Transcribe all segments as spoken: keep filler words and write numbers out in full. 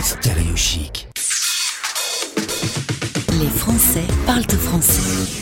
Stéréo Chic. Les Français parlent au français.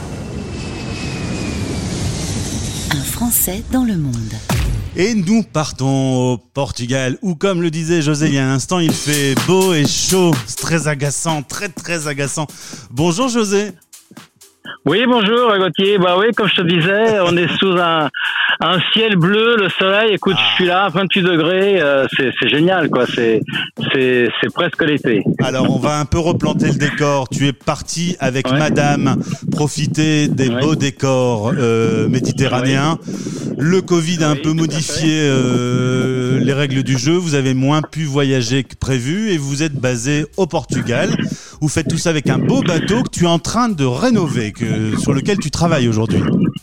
Un Français dans le monde. Et nous partons au Portugal, où, comme le disait José il y a un instant, il fait beau et chaud. C'est très agaçant, très très agaçant. Bonjour José. Oui, bonjour Gauthier. Bah oui, comme je te disais, on est sous un, un ciel bleu, le soleil. Écoute, je suis là, vingt-huit degrés. Euh, c'est, c'est génial, quoi. C'est, c'est, c'est presque l'été. Alors, on va un peu replanter le décor. Tu es parti avec ouais. Madame profiter des ouais. beaux décors euh, méditerranéens. Ouais. Le Covid a oui, un peu modifié euh, les règles du jeu. Vous avez moins pu voyager que prévu et vous êtes basé au Portugal. Vous faites tout ça avec un beau bateau que tu es en train de rénover, que, sur lequel tu travailles aujourd'hui.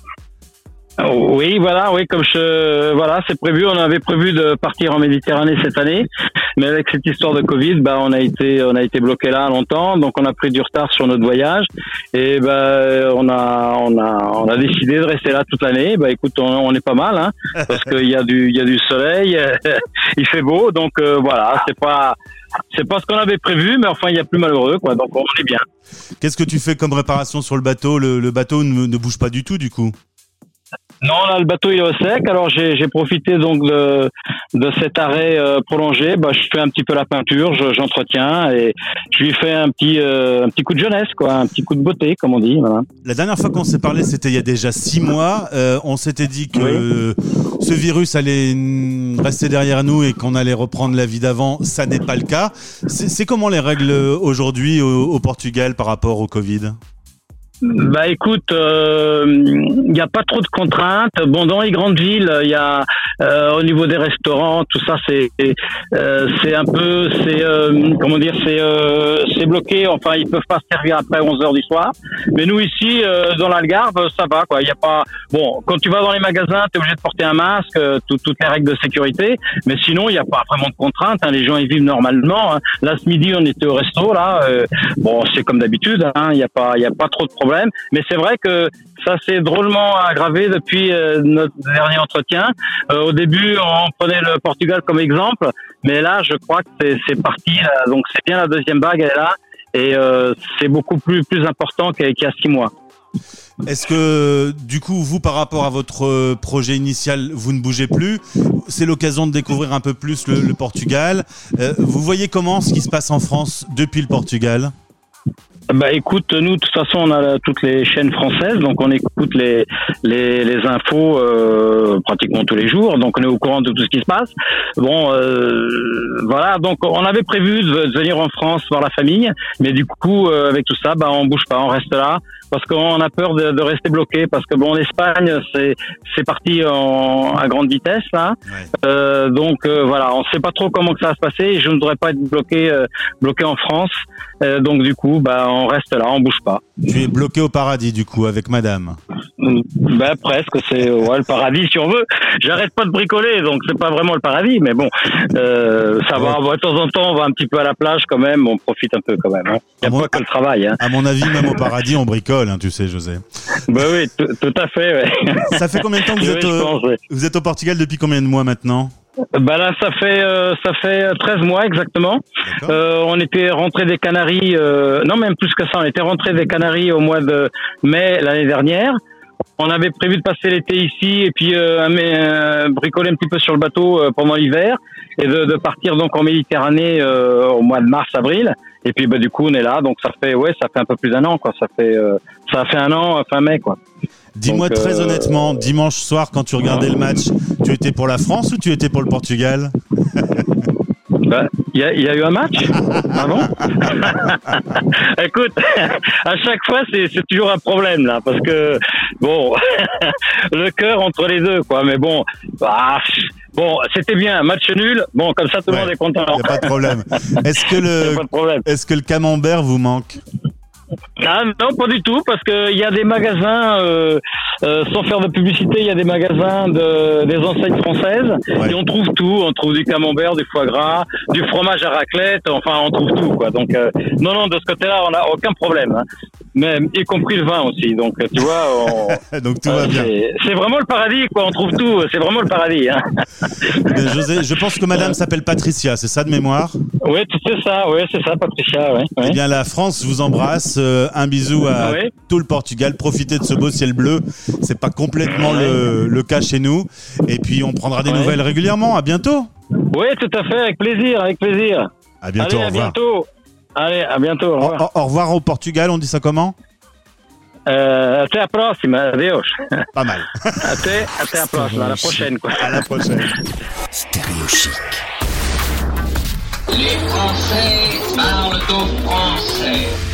Oui, voilà, oui, comme je, voilà, c'est prévu. On avait prévu de partir en Méditerranée cette année, mais avec cette histoire de Covid, bah, on a été, on a été bloqué là longtemps, donc on a pris du retard sur notre voyage, et bah, on a, on a, on a décidé de rester là toute l'année. Bah, écoute, on, on est pas mal, hein, parce qu'il y a du, il y a du soleil, il fait beau, donc euh, voilà, c'est pas. C'est pas ce qu'on avait prévu, mais enfin, il y a plus malheureux, quoi. Donc, on est bien. Qu'est-ce que tu fais comme réparation sur le bateau ? Le, le bateau ne, ne bouge pas du tout, du coup ? Non, là, le bateau il est au sec. Alors, j'ai, j'ai profité donc de, de cet arrêt euh, prolongé. Bah, je fais un petit peu la peinture, je, j'entretiens et je lui fais un petit, euh, un petit coup de jeunesse, quoi, un petit coup de beauté, comme on dit. Voilà. La dernière fois qu'on s'est parlé, c'était il y a déjà six mois. Euh, on s'était dit que oui. ce virus allait rester derrière nous et qu'on allait reprendre la vie d'avant. Ça n'est pas le cas. C'est, c'est comment les règles aujourd'hui au, au Portugal par rapport au Covid ? Bah écoute, il euh, n'y a pas trop de contraintes. Bon, dans les grandes villes, il y a euh, au niveau des restaurants, tout ça, c'est euh, c'est un peu, c'est euh, comment dire, c'est euh, c'est bloqué. Enfin, ils peuvent pas se servir après onze heures du soir. Mais nous ici, euh, dans l'Algarve, ça va, quoi. Il y a pas. Bon, quand tu vas dans les magasins, t'es obligé de porter un masque, tout, toutes les règles de sécurité. Mais sinon, il y a pas vraiment de contraintes. Hein. Les gens ils vivent normalement. Hein. Là, ce midi, on était au resto. Là, euh, bon, c'est comme d'habitude. Hein. Il y a pas, il y a pas trop de problèmes. Mais c'est vrai que ça s'est drôlement aggravé depuis euh, notre dernier entretien. Euh, au début, on prenait le Portugal comme exemple, mais là, je crois que c'est, c'est parti. Là. Donc, c'est bien la deuxième vague, elle est là, et euh, c'est beaucoup plus plus important qu'il y a six mois. Est-ce que, du coup, vous, par rapport à votre projet initial, vous ne bougez plus ? C'est l'occasion de découvrir un peu plus le, le Portugal. Euh, vous voyez comment ce qui se passe en France depuis le Portugal ? Bah écoute, nous de toute façon on a toutes les chaînes françaises, donc on écoute les les, les infos euh, pratiquement tous les jours, donc on est au courant de tout ce qui se passe. Bon, euh, voilà, donc on avait prévu de, de venir en France voir la famille, mais du coup euh, avec tout ça, bah on bouge pas, on reste là parce qu'on a peur de, de rester bloqué, parce que bon en Espagne c'est c'est parti en à grande vitesse là, ouais. euh, donc euh, voilà, on sait pas trop comment que ça va se passer. Et je ne voudrais pas être bloqué euh, bloqué en France, euh, donc du coup bah on reste là, on bouge pas. Tu es bloqué au paradis du coup avec Madame. Ben presque, c'est ouais, le paradis si on veut. J'arrête pas de bricoler, donc c'est pas vraiment le paradis, mais bon, euh, ça va. De temps en temps, on va un petit peu à la plage quand même, on profite un peu quand même. Hein. Il n'y a mon, pas que le travail. Hein. À mon avis, même au paradis, on bricole, hein, tu sais, José. Ben oui, t- tout à fait. Ouais. Ça fait combien de temps que vous, oui, êtes, au, pense, ouais. vous êtes au Portugal depuis combien de mois maintenant ? Bah là, ça fait euh, ça fait treize mois exactement. Euh, on était rentré des Canaries, euh, non même plus que ça, on était rentré des Canaries au mois de mai l'année dernière. On avait prévu de passer l'été ici et puis euh, euh, bricoler un petit peu sur le bateau euh, pendant l'hiver et de, de partir donc en Méditerranée euh, au mois de mars-avril. Et puis bah du coup on est là, donc ça fait ouais ça fait un peu plus d'un an quoi. Ça fait euh, ça fait un an fin mai quoi. Dis-moi donc, très euh... honnêtement, dimanche soir quand tu regardais le match, tu étais pour la France ou tu étais pour le Portugal ? Bah, il y a, y a eu un match. Ah bon? Écoute, à chaque fois, c'est, c'est toujours un problème, là, parce que, bon, le cœur entre les deux, quoi, mais bon, bah, bon, c'était bien, match nul, bon, comme ça, tout le ouais, monde est content. Il n'y a pas de problème. Est-ce que le, est-ce que le camembert vous manque? Ah, non, pas du tout, parce que il y a des magasins, euh, euh, sans faire de publicité, il y a des magasins de, des enseignes françaises, ouais. Et on trouve tout, on trouve du camembert, du foie gras, du fromage à raclette, enfin, on trouve tout, quoi. Donc, euh, non, non, de ce côté-là, on n'a aucun problème, hein. même y compris le vin aussi. Donc tu vois, on, donc tout va euh, bien. C'est, c'est vraiment le paradis, quoi. On trouve tout. C'est vraiment le paradis. Hein. Mais José, je pense que Madame s'appelle Patricia, c'est ça de mémoire? Oui, c'est ça. Oui, c'est ça, Patricia. Ouais, ouais. Eh bien, la France vous embrasse. Euh, un bisou à Oui. tout le Portugal. Profitez de ce beau ciel bleu. C'est pas complètement Ouais. le, le cas chez nous. Et puis, on prendra des Ouais. nouvelles régulièrement. À bientôt. Oui, tout à fait, avec plaisir, avec plaisir. À bientôt. Allez, au à revoir. bientôt. Allez, à bientôt. Au Au, revoir. au- au revoir au Portugal. On dit ça comment? Euh, até à próxima. Adeus. Pas mal. Até, até à próxima. À la prochaine, quoi. À la prochaine. Stéréo Chic. Les Français parlent au français.